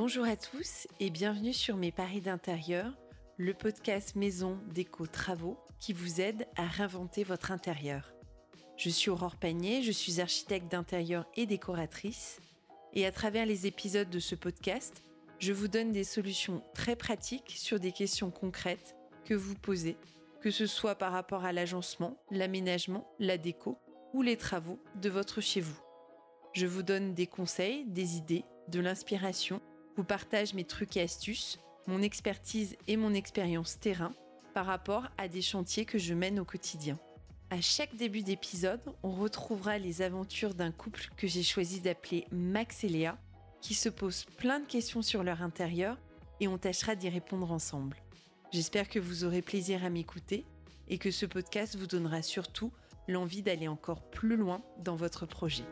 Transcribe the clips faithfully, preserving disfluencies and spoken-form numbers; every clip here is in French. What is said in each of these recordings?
Bonjour à tous et bienvenue sur Mes Paris d'intérieur, le podcast maison déco travaux qui vous aide à réinventer votre intérieur. Je suis Aurore Pagné, je suis architecte d'intérieur et décoratrice et à travers les épisodes de ce podcast, je vous donne des solutions très pratiques sur des questions concrètes que vous posez, que ce soit par rapport à l'agencement, l'aménagement, la déco ou les travaux de votre chez vous. Je vous donne des conseils, des idées, de l'inspiration, vous partage mes trucs et astuces, mon expertise et mon expérience terrain par rapport à des chantiers que je mène au quotidien. À chaque début d'épisode, on retrouvera les aventures d'un couple que j'ai choisi d'appeler Max et Léa, qui se posent plein de questions sur leur intérieur et on tâchera d'y répondre ensemble. J'espère que vous aurez plaisir à m'écouter et que ce podcast vous donnera surtout l'envie d'aller encore plus loin dans votre projet.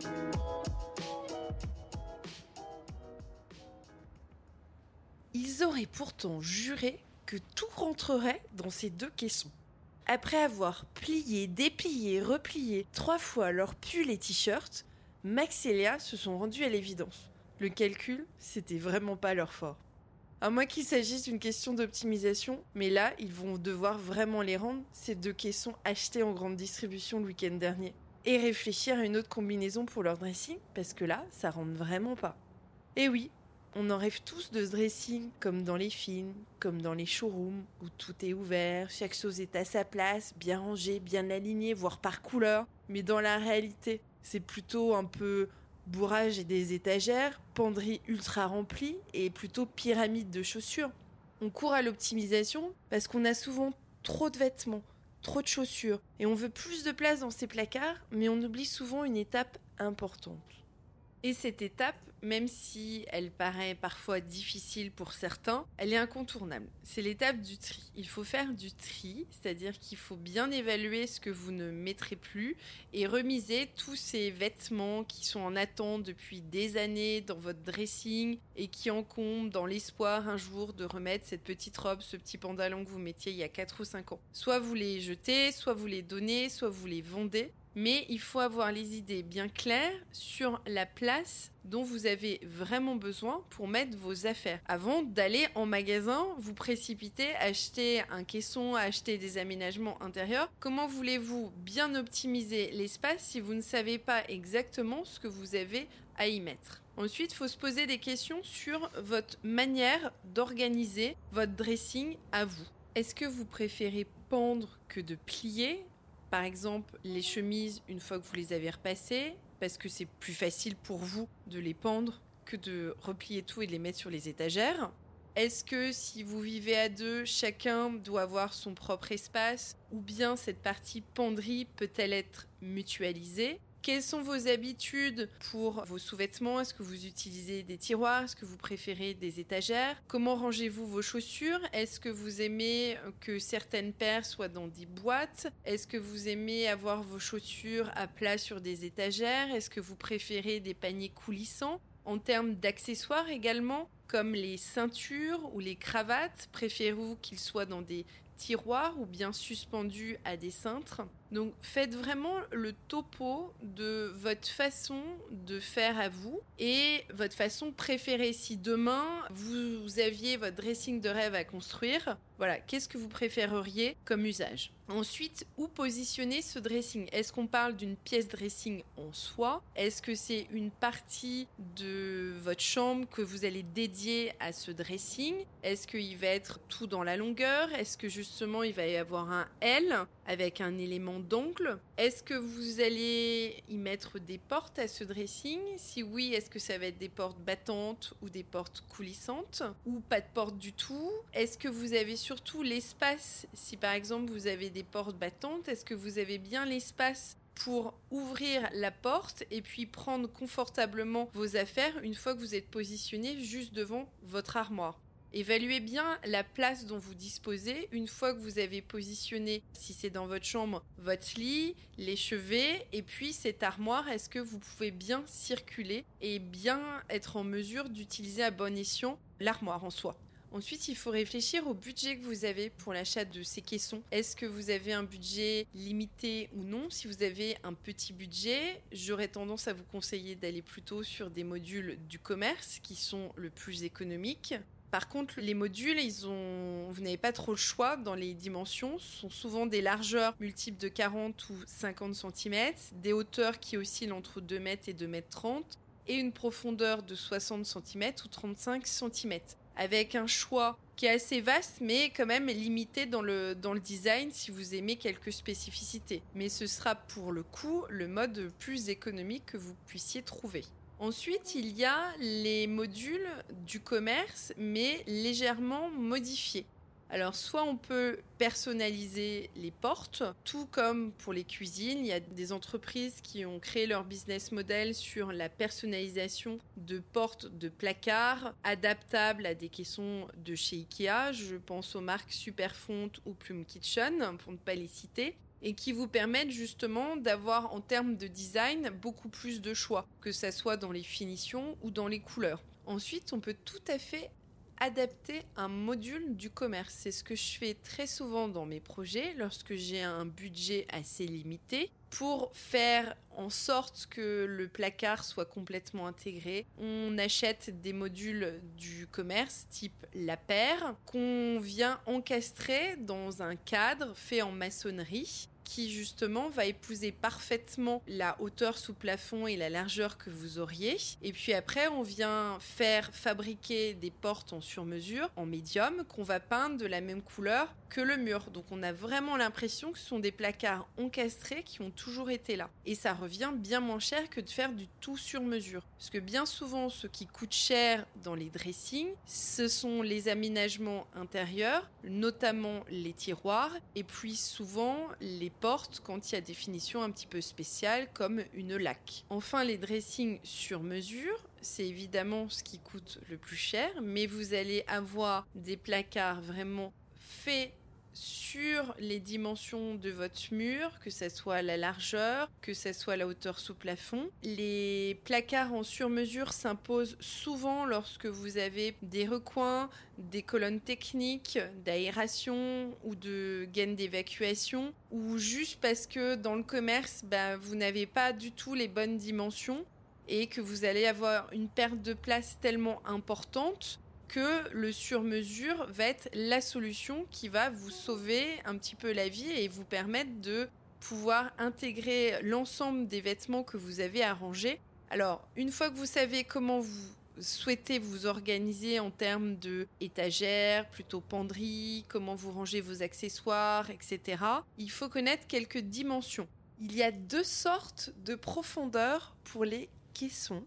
Ils auraient pourtant juré que tout rentrerait dans ces deux caissons. Après avoir plié, déplié, replié trois fois leurs pulls et t-shirts, Max et Léa se sont rendus à l'évidence. Le calcul, c'était vraiment pas leur fort. À moins qu'il s'agisse d'une question d'optimisation, mais là, ils vont devoir vraiment les rendre, ces deux caissons achetés en grande distribution le week-end dernier. Et réfléchir à une autre combinaison pour leur dressing, parce que là, ça rentre vraiment pas. Et oui, on en rêve tous de ce dressing, comme dans les films, comme dans les showrooms, où tout est ouvert, chaque chose est à sa place, bien rangée, bien alignée, voire par couleur. Mais dans la réalité, c'est plutôt un peu bourrage et des étagères, penderie ultra remplie et plutôt pyramide de chaussures. On court à l'optimisation parce qu'on a souvent trop de vêtements, trop de chaussures, et on veut plus de place dans ses placards, mais on oublie souvent une étape importante. Et cette étape, même si elle paraît parfois difficile pour certains, elle est incontournable. C'est l'étape du tri. Il faut faire du tri, c'est-à-dire qu'il faut bien évaluer ce que vous ne mettrez plus et remiser tous ces vêtements qui sont en attente depuis des années dans votre dressing et qui encombrent dans l'espoir un jour de remettre cette petite robe, ce petit pantalon que vous mettiez il y a quatre ou cinq ans. Soit vous les jetez, soit vous les donnez, soit vous les vendez. Mais il faut avoir les idées bien claires sur la place dont vous avez vraiment besoin pour mettre vos affaires. Avant d'aller en magasin, vous précipiter, acheter un caisson, acheter des aménagements intérieurs. Comment voulez-vous bien optimiser l'espace si vous ne savez pas exactement ce que vous avez à y mettre ? Ensuite, il faut se poser des questions sur votre manière d'organiser votre dressing à vous. Est-ce que vous préférez pendre que de plier ? Par exemple, les chemises, une fois que vous les avez repassées, parce que c'est plus facile pour vous de les pendre que de replier tout et de les mettre sur les étagères. Est-ce que si vous vivez à deux, chacun doit avoir son propre espace, ou bien cette partie penderie peut-elle être mutualisée ? Quelles sont vos habitudes pour vos sous-vêtements ? Est-ce que vous utilisez des tiroirs ? Est-ce que vous préférez des étagères ? Comment rangez-vous vos chaussures ? Est-ce que vous aimez que certaines paires soient dans des boîtes ? Est-ce que vous aimez avoir vos chaussures à plat sur des étagères ? Est-ce que vous préférez des paniers coulissants ? En termes d'accessoires également, comme les ceintures ou les cravates, préférez-vous qu'ils soient dans des tiroirs ou bien suspendus à des cintres ? Donc faites vraiment le topo de votre façon de faire à vous et votre façon préférée. Si demain vous aviez votre dressing de rêve à construire, voilà, qu'est-ce que vous préféreriez comme usage ? Ensuite, où positionner ce dressing ? Est-ce qu'on parle d'une pièce dressing en soi ? Est-ce que c'est une partie de votre chambre que vous allez dédier à ce dressing ? Est-ce qu'il va être tout dans la longueur ? Est-ce que justement il va y avoir un L avec un élément d'angle ? Est-ce que vous allez y mettre des portes à ce dressing ? Si oui, est-ce que ça va être des portes battantes ou des portes coulissantes ? Ou pas de porte du tout ? Est-ce que vous avez surtout l'espace ? Si par exemple vous avez des portes battantes, est-ce que vous avez bien l'espace pour ouvrir la porte et puis prendre confortablement vos affaires une fois que vous êtes positionné juste devant votre armoire ? Évaluez bien la place dont vous disposez une fois que vous avez positionné, si c'est dans votre chambre, votre lit, les chevets et puis cette armoire, est-ce que vous pouvez bien circuler et bien être en mesure d'utiliser à bon escient l'armoire en soi ? Ensuite, il faut réfléchir au budget que vous avez pour l'achat de ces caissons. Est-ce que vous avez un budget limité ou non ? Si vous avez un petit budget, j'aurais tendance à vous conseiller d'aller plutôt sur des modules du commerce qui sont le plus économiques. Par contre, les modules, ils ont... vous n'avez pas trop le choix dans les dimensions. Ce sont souvent des largeurs multiples de quarante ou cinquante centimètres, des hauteurs qui oscillent entre deux mètres et deux mètres trente, et une profondeur de soixante centimètres ou trente-cinq centimètres. Avec un choix qui est assez vaste, mais quand même limité dans le, dans le design si vous aimez quelques spécificités. Mais ce sera pour le coup le mode le plus économique que vous puissiez trouver. Ensuite, il y a les modules du commerce, mais légèrement modifiés. Alors, soit on peut personnaliser les portes, tout comme pour les cuisines. Il y a des entreprises qui ont créé leur business model sur la personnalisation de portes de placards adaptables à des caissons de chez Ikea. Je pense aux marques Superfont ou Plume Kitchen, pour ne pas les citer, et qui vous permettent justement d'avoir en termes de design beaucoup plus de choix, que ce soit dans les finitions ou dans les couleurs. Ensuite, on peut tout à fait adapter un module du commerce. C'est ce que je fais très souvent dans mes projets lorsque j'ai un budget assez limité. Pour faire en sorte que le placard soit complètement intégré, on achète des modules du commerce type la paire qu'on vient encastrer dans un cadre fait en maçonnerie qui justement va épouser parfaitement la hauteur sous plafond et la largeur que vous auriez. Et puis après, on vient faire fabriquer des portes en sur-mesure, en médium, qu'on va peindre de la même couleur que le mur. Donc on a vraiment l'impression que ce sont des placards encastrés qui ont toujours été là. Et ça revient bien moins cher que de faire du tout sur-mesure. Parce que bien souvent, ce qui coûte cher dans les dressings, ce sont les aménagements intérieurs, notamment les tiroirs, et puis souvent les portes quand il y a des finitions un petit peu spéciales comme une laque. Enfin, les dressings sur mesure, c'est évidemment ce qui coûte le plus cher, mais vous allez avoir des placards vraiment faits sur les dimensions de votre mur, que ce soit la largeur, que ce soit la hauteur sous plafond. Les placards en sur-mesure s'imposent souvent lorsque vous avez des recoins, des colonnes techniques, d'aération ou de gaine d'évacuation, ou juste parce que dans le commerce, bah, vous n'avez pas du tout les bonnes dimensions et que vous allez avoir une perte de place tellement importante que le sur-mesure va être la solution qui va vous sauver un petit peu la vie et vous permettre de pouvoir intégrer l'ensemble des vêtements que vous avez à ranger. Alors, une fois que vous savez comment vous souhaitez vous organiser en termes de étagères, plutôt penderies, comment vous rangez vos accessoires, et cetera, il faut connaître quelques dimensions. Il y a deux sortes de profondeur pour les caissons.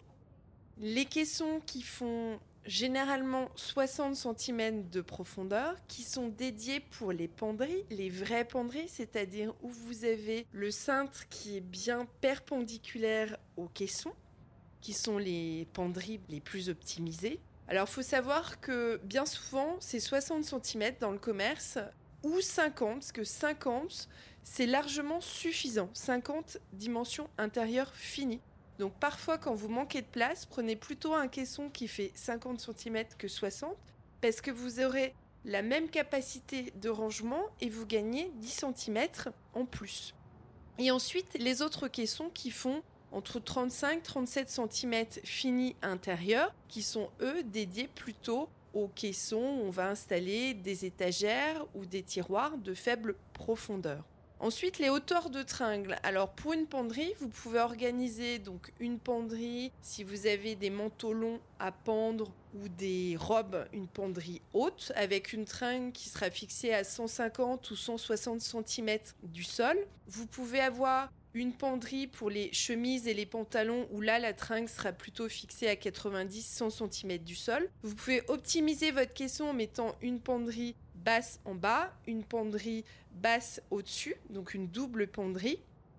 Les caissons qui font généralement soixante centimètres de profondeur, qui sont dédiés pour les penderies, les vraies penderies, c'est-à-dire où vous avez le cintre qui est bien perpendiculaire au caisson, qui sont les penderies les plus optimisées. Alors, il faut savoir que bien souvent, c'est soixante centimètres dans le commerce ou cinquante, parce que cinquante, c'est largement suffisant. cinquante dimensions intérieures finies. Donc parfois, quand vous manquez de place, prenez plutôt un caisson qui fait cinquante centimètres que soixante, parce que vous aurez la même capacité de rangement et vous gagnez dix centimètres en plus. Et ensuite, les autres caissons qui font entre trente-cinq et trente-sept centimètres finis intérieurs, qui sont eux dédiés plutôt aux caissons où on va installer des étagères ou des tiroirs de faible profondeur. Ensuite, les hauteurs de tringle. Alors, pour une penderie, vous pouvez organiser donc une penderie si vous avez des manteaux longs à pendre ou des robes, une penderie haute avec une tringle qui sera fixée à cent cinquante ou cent soixante centimètres du sol. Vous pouvez avoir une penderie pour les chemises et les pantalons où là, la tringle sera plutôt fixée à quatre-vingt-dix à cent centimètres du sol. Vous pouvez optimiser votre caisson en mettant une penderie basse en bas, une penderie basse au-dessus, donc une double penderie.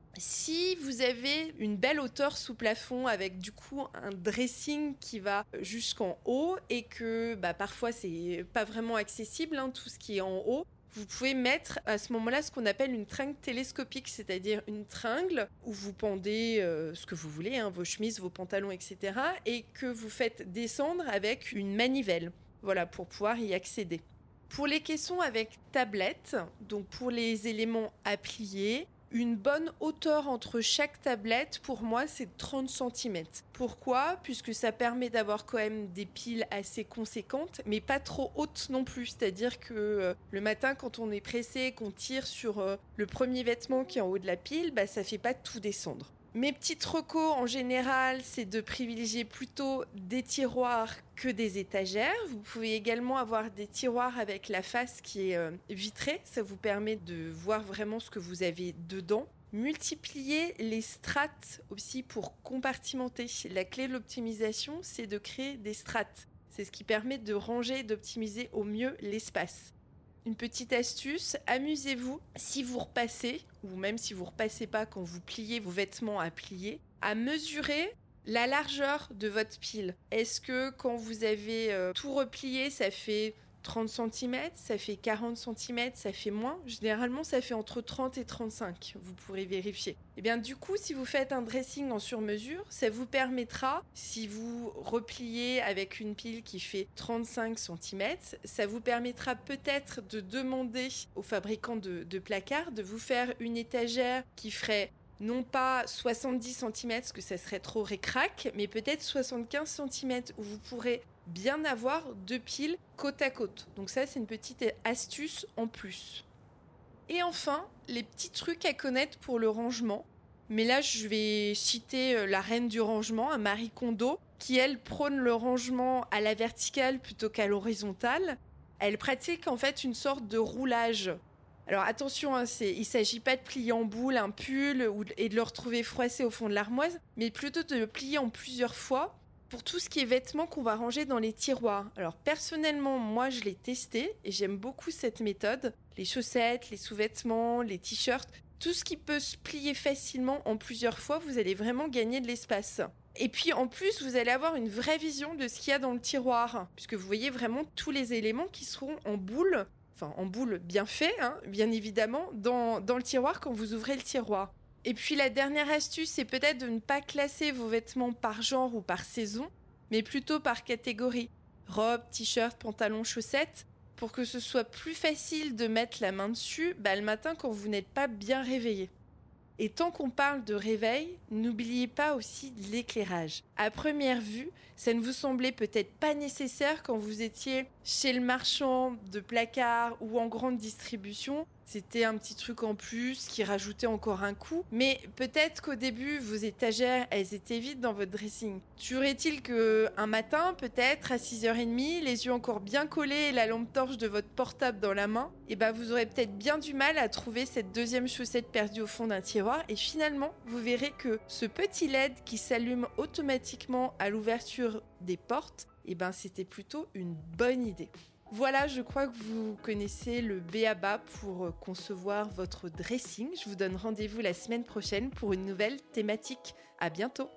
Si vous avez une belle hauteur sous plafond avec du coup un dressing qui va jusqu'en haut et que bah, parfois c'est pas vraiment accessible, hein, tout ce qui est en haut, vous pouvez mettre à ce moment-là ce qu'on appelle une tringle télescopique, c'est-à-dire une tringle où vous pendez euh, ce que vous voulez, hein, vos chemises, vos pantalons, et cetera, et que vous faites descendre avec une manivelle. voilà, pour pouvoir y accéder. Pour les caissons avec tablette, donc pour les éléments à plier, une bonne hauteur entre chaque tablette, pour moi, c'est trente centimètres. Pourquoi ? Puisque ça permet d'avoir quand même des piles assez conséquentes, mais pas trop hautes non plus. C'est-à-dire que euh, le matin, quand on est pressé, qu'on tire sur euh, le premier vêtement qui est en haut de la pile, bah, ça ne fait pas tout descendre. Mes petites recos en général, c'est de privilégier plutôt des tiroirs que des étagères. Vous pouvez également avoir des tiroirs avec la face qui est euh, vitrée. Ça vous permet de voir vraiment ce que vous avez dedans. Multiplier les strates aussi pour compartimenter. La clé de l'optimisation, c'est de créer des strates. C'est ce qui permet de ranger et d'optimiser au mieux l'espace. Une petite astuce, amusez-vous si vous repassez, ou même si vous ne repassez pas quand vous pliez vos vêtements à plier, à mesurer la largeur de votre pile. Est-ce que quand vous avez euh, tout replié, ça fait trente centimètres, ça fait quarante centimètres, ça fait moins? Généralement, ça fait entre trente et trente-cinq, vous pourrez vérifier. Et bien du coup, si vous faites un dressing en sur-mesure, ça vous permettra, si vous repliez avec une pile qui fait trente-cinq centimètres, ça vous permettra peut-être de demander au fabricant de, de placards de vous faire une étagère qui ferait non pas soixante-dix centimètres, parce que ça serait trop récrac, mais peut-être soixante-quinze centimètres, où vous pourrez bien avoir deux piles côte à côte. Donc ça, c'est une petite astuce en plus. Et enfin, les petits trucs à connaître pour le rangement. Mais là, je vais citer la reine du rangement, Marie Kondo, qui, elle, prône le rangement à la verticale plutôt qu'à l'horizontale. Elle pratique en fait une sorte de roulage. Alors attention, hein, c'est, il ne s'agit pas de plier en boule un pull ou, et de le retrouver froissé au fond de l'armoise, mais plutôt de le plier en plusieurs fois pour tout ce qui est vêtements qu'on va ranger dans les tiroirs. Alors personnellement, moi je l'ai testé et j'aime beaucoup cette méthode. Les chaussettes, les sous-vêtements, les t-shirts, tout ce qui peut se plier facilement en plusieurs fois, vous allez vraiment gagner de l'espace. Et puis en plus, vous allez avoir une vraie vision de ce qu'il y a dans le tiroir, puisque vous voyez vraiment tous les éléments qui seront en boule, enfin en boule bien fait, hein, bien évidemment, dans, dans le tiroir quand vous ouvrez le tiroir. Et puis la dernière astuce, c'est peut-être de ne pas classer vos vêtements par genre ou par saison, mais plutôt par catégorie. Robe, t-shirt, pantalon, chaussettes, pour que ce soit plus facile de mettre la main dessus bah, le matin quand vous n'êtes pas bien réveillé. Et tant qu'on parle de réveil, n'oubliez pas aussi l'éclairage. À première vue, ça ne vous semblait peut-être pas nécessaire quand vous étiez chez le marchand de placards ou en grande distribution. C'était un petit truc en plus qui rajoutait encore un coût. Mais peut-être qu'au début, vos étagères, elles étaient vides dans votre dressing. Toujours est-il qu'un matin, peut-être à six heures trente, les yeux encore bien collés et la lampe torche de votre portable dans la main, et ben vous aurez peut-être bien du mal à trouver cette deuxième chaussette perdue au fond d'un tiroir. Et finalement, vous verrez que ce petit L E D qui s'allume automatiquement à l'ouverture des portes, et ben c'était plutôt une bonne idée. Voilà, je crois que vous connaissez le b a ba pour concevoir votre dressing. Je vous donne rendez-vous la semaine prochaine pour une nouvelle thématique. À bientôt.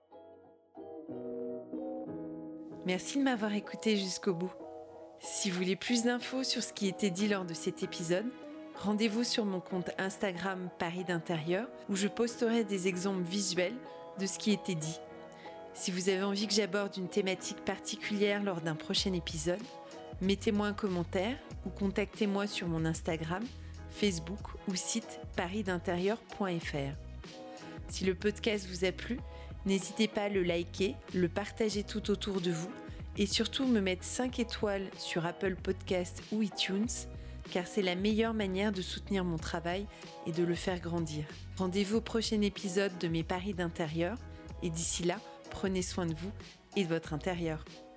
Merci de m'avoir écouté jusqu'au bout. Si vous voulez plus d'infos sur ce qui était dit lors de cet épisode, rendez-vous sur mon compte Instagram Paris d'Intérieur où je posterai des exemples visuels de ce qui était dit. Si vous avez envie que j'aborde une thématique particulière lors d'un prochain épisode, mettez-moi un commentaire ou contactez-moi sur mon Instagram, Facebook ou site paris d'intérieur point f r. Si le podcast vous a plu, n'hésitez pas à le liker, le partager tout autour de vous et surtout me mettre cinq étoiles sur Apple Podcasts ou iTunes, car c'est la meilleure manière de soutenir mon travail et de le faire grandir. Rendez-vous au prochain épisode de mes Paris d'Intérieur et d'ici là, prenez soin de vous et de votre intérieur.